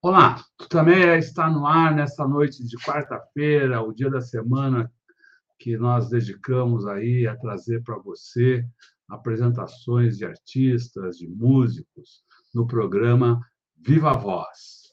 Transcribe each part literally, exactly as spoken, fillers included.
Olá, tu também está no ar nessa noite de quarta-feira, o dia da semana que nós dedicamos aí a trazer para você apresentações de artistas, de músicos, no programa Viva a Voz.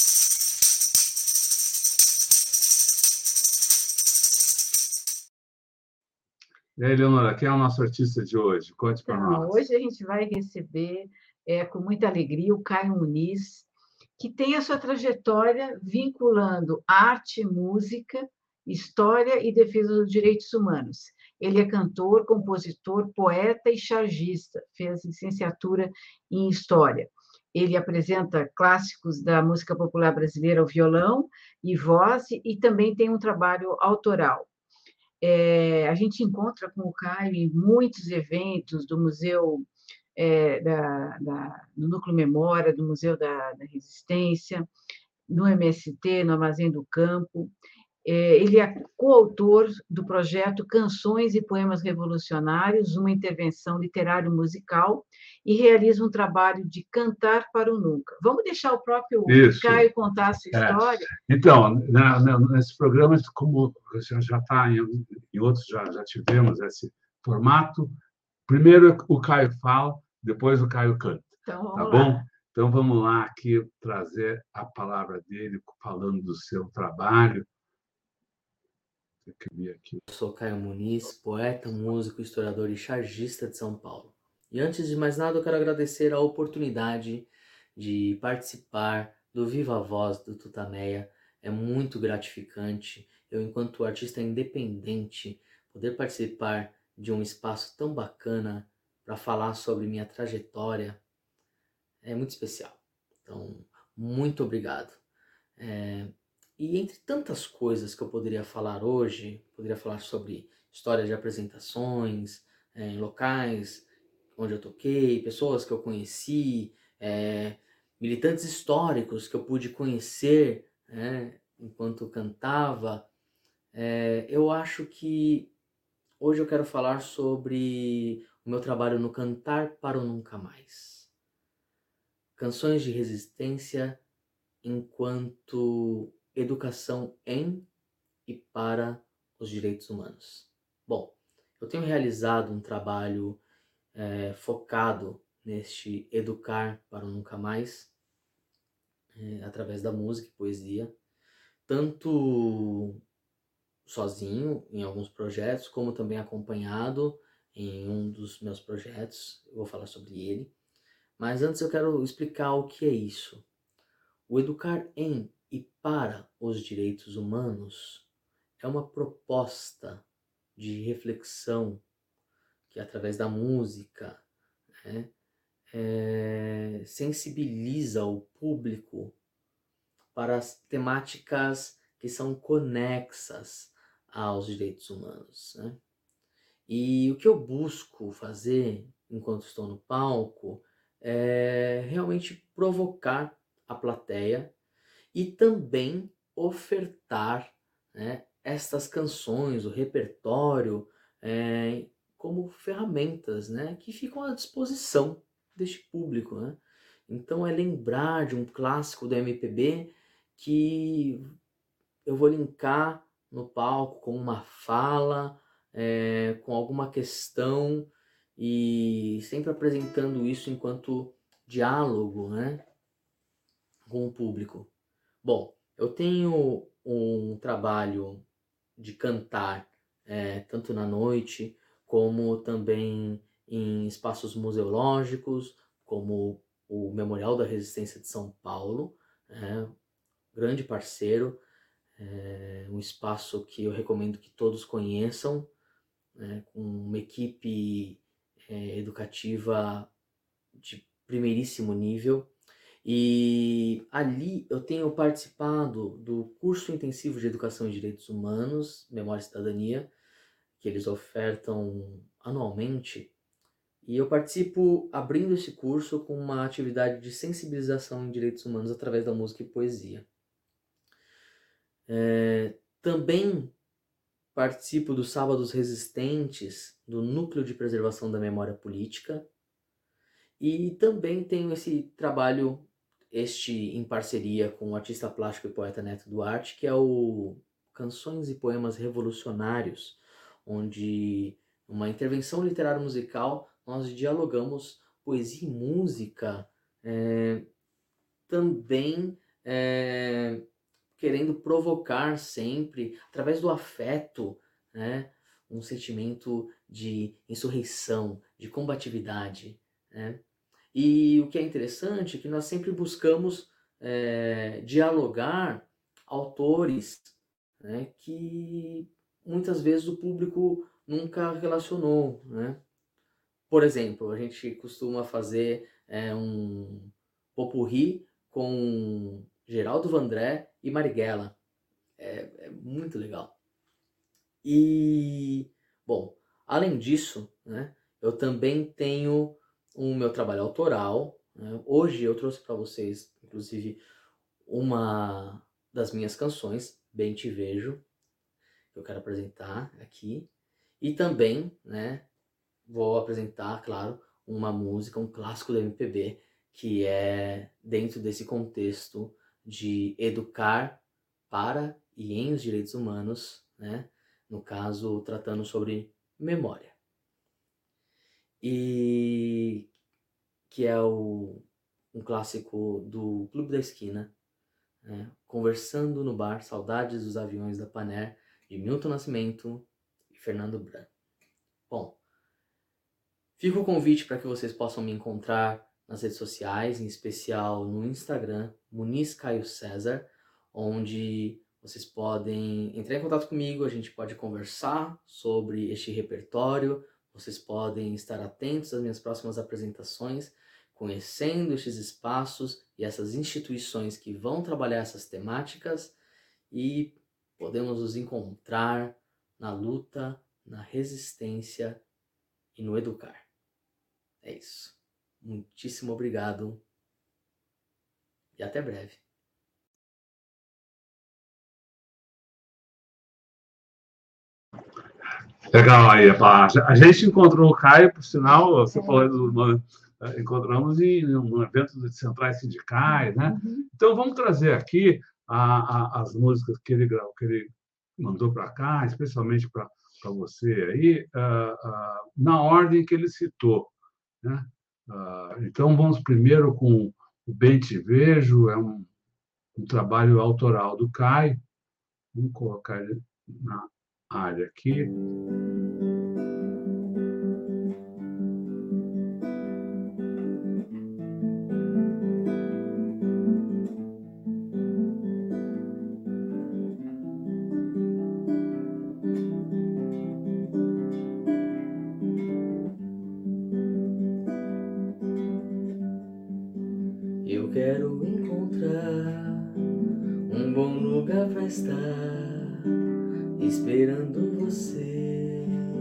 E aí, Leonora, quem é o nosso artista de hoje? Conte para Então, nós. hoje a gente vai receber, é, com muita alegria, o Caio Muniz, que tem a sua trajetória vinculando arte, música, história e defesa dos direitos humanos. Ele é cantor, compositor, poeta e chargista, fez licenciatura em História. Ele apresenta clássicos da música popular brasileira ao violão e voz, e também tem um trabalho autoral. É, a gente encontra com o Caio em muitos eventos do Museu, é, da, da, do Núcleo Memória, do Museu da, da Resistência, no M S T, no Armazém do Campo. É, ele é coautor do projeto Canções e Poemas Revolucionários, uma intervenção literário-musical, e realiza um trabalho de cantar para o nunca. Vamos deixar o próprio Isso. Caio contar a sua É. história? Então, na, na, nesse programa, como já está em, em outros, já, já tivemos esse formato. Primeiro o Caio fala, depois o Caio canta, Então, tá vamos bom? lá. Então vamos lá aqui trazer a palavra dele, falando do seu trabalho. Eu sou Caio Muniz, poeta, músico, historiador e chargista de São Paulo. E antes de mais nada, eu quero agradecer a oportunidade de participar do Viva a Voz do Tutameia. É muito gratificante eu, enquanto artista independente, poder participar de um espaço tão bacana para falar sobre minha trajetória. É muito especial. Então, muito obrigado. É, e entre tantas coisas que eu poderia falar hoje, poderia falar sobre história de apresentações, é, em locais onde eu toquei, pessoas que eu conheci, é, militantes históricos que eu pude conhecer, né, enquanto cantava. É, eu acho que hoje eu quero falar sobre o meu trabalho no Cantar para o Nunca Mais. Canções de resistência enquanto educação em e para os direitos humanos. Bom, eu tenho realizado um trabalho é, focado neste educar para o nunca mais, é, através da música e poesia, tanto sozinho em alguns projetos, como também acompanhado em um dos meus projetos. Eu vou falar sobre ele. Mas antes eu quero explicar o que é isso. O educar em e para os direitos humanos é uma proposta de reflexão que, através da música, né, é, sensibiliza o público para as temáticas que são conexas aos direitos humanos, né? E o que eu busco fazer enquanto estou no palco é realmente provocar a plateia e também ofertar, né, estas canções, o repertório, é, como ferramentas, né, que ficam à disposição deste público, né? Então é lembrar de um clássico do M P B que eu vou linkar no palco com uma fala, é, com alguma questão, e sempre apresentando isso enquanto diálogo, né, com o público. Bom, eu tenho um trabalho de cantar, é, tanto na noite, como também em espaços museológicos, como o Memorial da Resistência de São Paulo, é, grande parceiro, é um espaço que eu recomendo que todos conheçam, né, com uma equipe é, educativa de primeiríssimo nível. E ali eu tenho participado do curso intensivo de Educação e Direitos Humanos, Memória e Cidadania, que eles ofertam anualmente. E eu participo abrindo esse curso com uma atividade de sensibilização em direitos humanos através da música e poesia. É, também participo dos Sábados Resistentes, do Núcleo de Preservação da Memória Política, e também tenho esse trabalho este em parceria com o artista plástico e poeta Neto Duarte, que é o Canções e Poemas Revolucionários, onde, numa intervenção literária musical, nós dialogamos poesia e música, é, também é, querendo provocar sempre, através do afeto, né, um sentimento de insurreição, de combatividade, né? E o que é interessante é que nós sempre buscamos é, dialogar autores, né, que muitas vezes o público nunca relacionou, né? Por exemplo, a gente costuma fazer é, um popurrí com Geraldo Vandré e Marighella. É, é muito legal. E, bom, além disso, né, eu também tenho o meu trabalho autoral, né? Hoje eu trouxe para vocês, inclusive, uma das minhas canções, Bem Te Vejo, que eu quero apresentar aqui. E também, né, vou apresentar, claro, uma música, um clássico do M P B, que é dentro desse contexto de educar para e em os direitos humanos, né? No caso, tratando sobre memória. E que é o, um clássico do Clube da Esquina, né? Conversando no Bar, Saudades dos Aviões da Paner, de Milton Nascimento e Fernando Bran. Bom, fica o convite para que vocês possam me encontrar nas redes sociais, em especial no Instagram, Muniz Caio César, onde vocês podem entrar em contato comigo, a gente pode conversar sobre este repertório, vocês podem estar atentos às minhas próximas apresentações, conhecendo estes espaços e essas instituições que vão trabalhar essas temáticas, e podemos nos encontrar na luta, na resistência e no educar. É isso. Muitíssimo obrigado e até breve. Legal aí, Epá. A gente encontrou o Caio, por sinal, você falou do nome, encontramos em um evento de centrais sindicais, né? Uhum. Então vamos trazer aqui a, a, as músicas que ele, que ele mandou para cá, especialmente para você aí, uh, uh, na ordem que ele citou, né? Uh, então vamos primeiro com o Bem Te Vejo, é um, um trabalho autoral do Caio. Vamos colocar ele na área aqui. Eu quero encontrar um bom lugar pra estar, esperando você.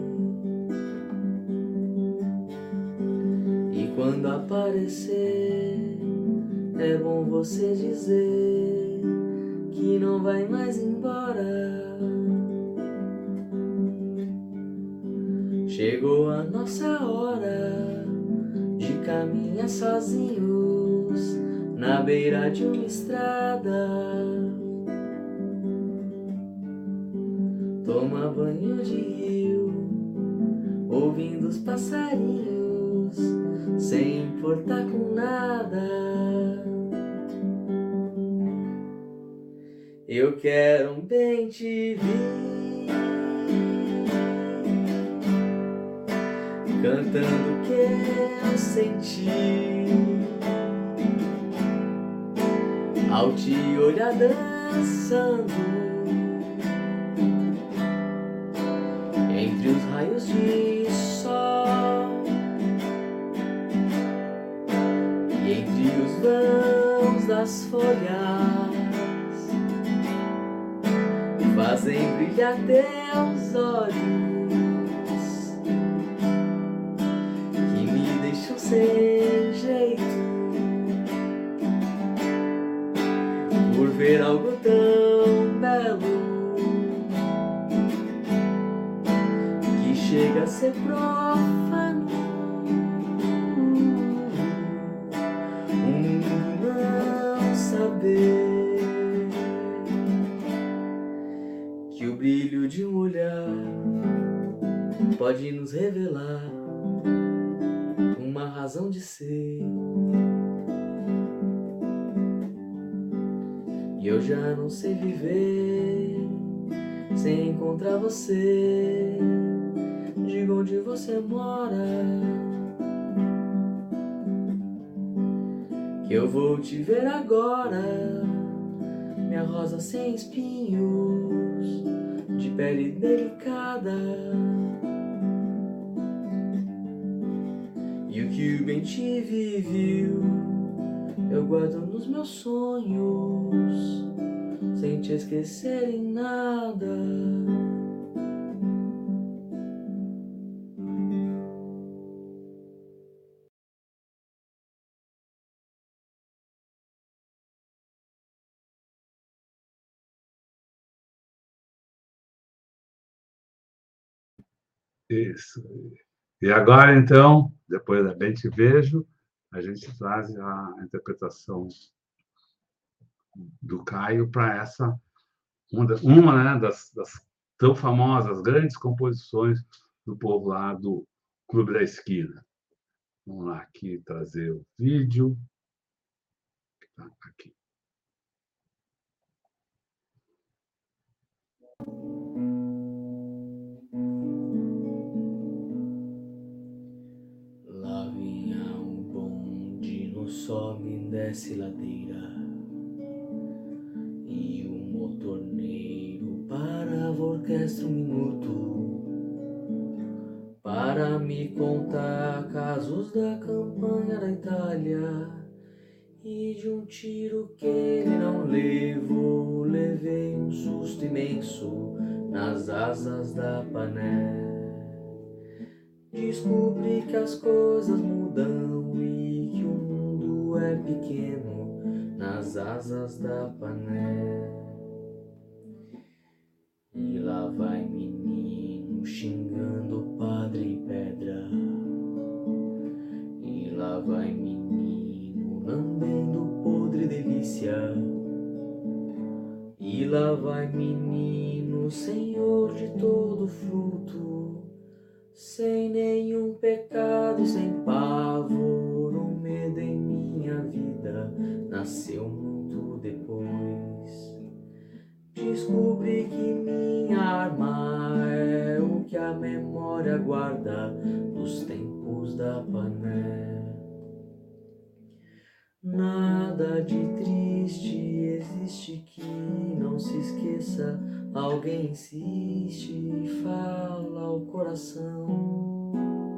E quando aparecer, é bom você dizer que não vai mais embora. Chegou a nossa hora de caminhar sozinhos na beira de uma estrada. Toma banho de rio, ouvindo os passarinhos, sem importar com nada. Eu quero um bem te ver, cantando o que eu senti, ao te olhar dançando entre os raios de sol e entre os vãos das folhas, fazem brilhar teus olhos que me deixam sem jeito por ver algo tão belo que chega a ser profano. Um mundo que o brilho de um olhar pode nos revelar uma razão de ser. E eu já não sei viver sem encontrar você. Diga onde você mora, que eu vou te ver agora. Minha rosa sem espinhos, de pele delicada. E o que o bem te viviu, eu guardo nos meus sonhos, sem te esquecer em nada. Isso. E agora, então, depois da Bem Te Vejo, a gente traz a interpretação do Caio para essa, uma, uma né, das, das tão famosas, grandes composições do povo lá do Clube da Esquina. Vamos lá aqui trazer o vídeo. Tá aqui. Lá vinha um bonde, no sobe e desce ladeira, e o motorneiro parava a orquestra um minuto para me contar casos da campanha da Itália e de um tiro que ele não levou. Levei um susto imenso nas asas da Pané. Descobri que as coisas mudam e que o mundo é pequeno nas asas da Pané. E lá vai menino xingando padre e pedra, e lá vai menino lambendo podre delícia, e lá vai menino senhor de todo fruto, sem nenhum pecado, sem pavor ou medo em minha vida, nasceu muito depois. Descobri que minha arma é o que a memória guarda dos tempos da Pané. Nada de triste existe que não se esqueça. Alguém insiste e fala ao coração.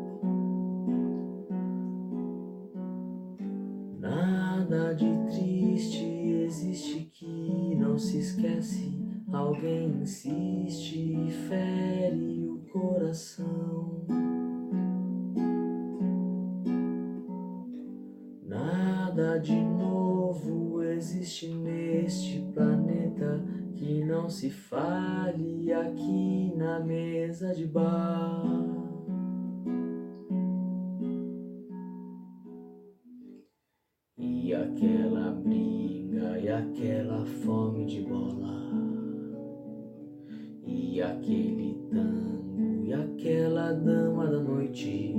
Nada de triste existe que não se esquece. Alguém insiste e fere o coração. Nada de novo existe neste planeta que não se fale aqui na mesa de bar. E aquela briga e aquela fome de bola, e aquele tango e aquela dama da noite,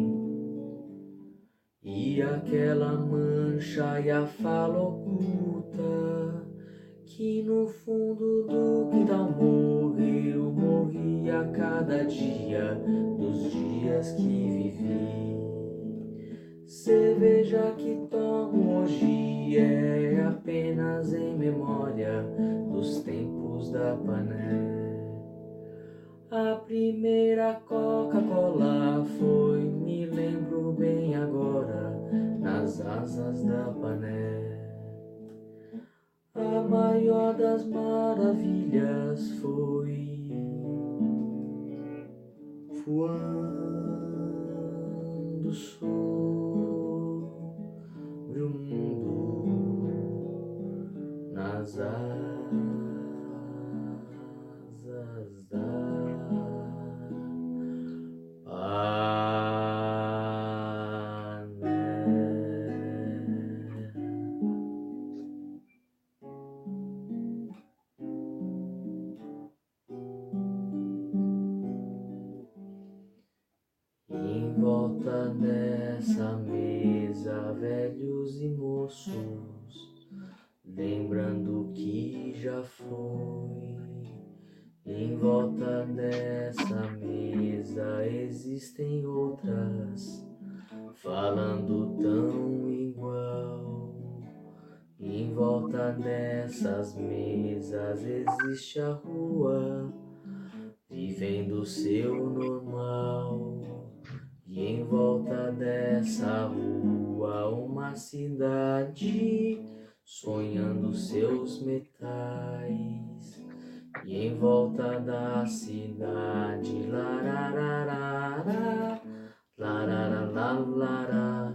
e aquela mancha e a fala oculta, que no fundo do quintal morreu, morri a cada dia dos dias que vivi. Cerveja que tomo hoje é apenas em memória dos tempos da Pané. A primeira Coca-Cola foi, me lembro bem agora, nas asas da Pané. A maior das maravilhas foi voando sobre o mundo nas asas da Pané. volta dessa mesa, velhos e moços, lembrando que já foi. Em volta dessa mesa existem outras, falando tão igual. Em volta dessas mesas existe a rua, vivendo seu normal. E em volta dessa rua uma cidade, sonhando seus metais. E em volta da cidade, larararara, larararara,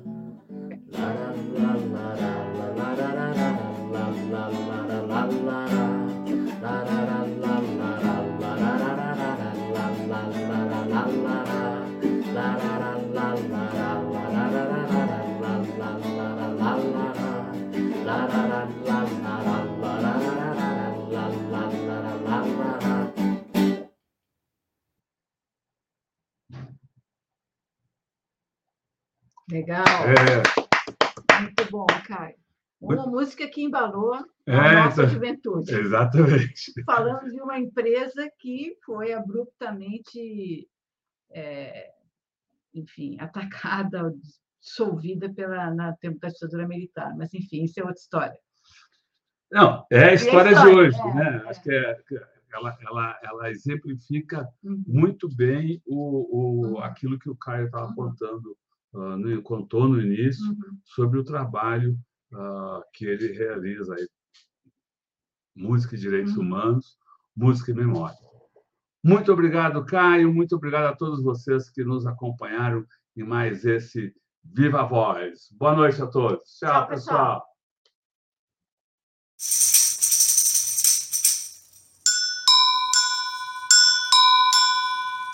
Legal. É. Muito bom, Caio. Uma música que embalou a É, nossa então, juventude. exatamente. Falando de uma empresa que foi abruptamente, é, enfim, atacada, dissolvida pela, na tempo da ditadura militar. Mas, enfim, isso é outra história. Não, é a história, história, de hoje, é, né? é. Acho que é, que ela, ela, ela exemplifica Uhum. muito bem o, o, Uhum. aquilo que o Caio estava Uhum. contando, uh, no, contou no início, Uhum. sobre o trabalho uh, que ele realiza aí. Música e Direitos Uhum. Humanos, Música e Memória. Muito obrigado, Caio. Muito obrigado a todos vocês que nos acompanharam em mais esse Viva a Voz. Boa noite a todos. Tchau, Tchau, pessoal. pessoal.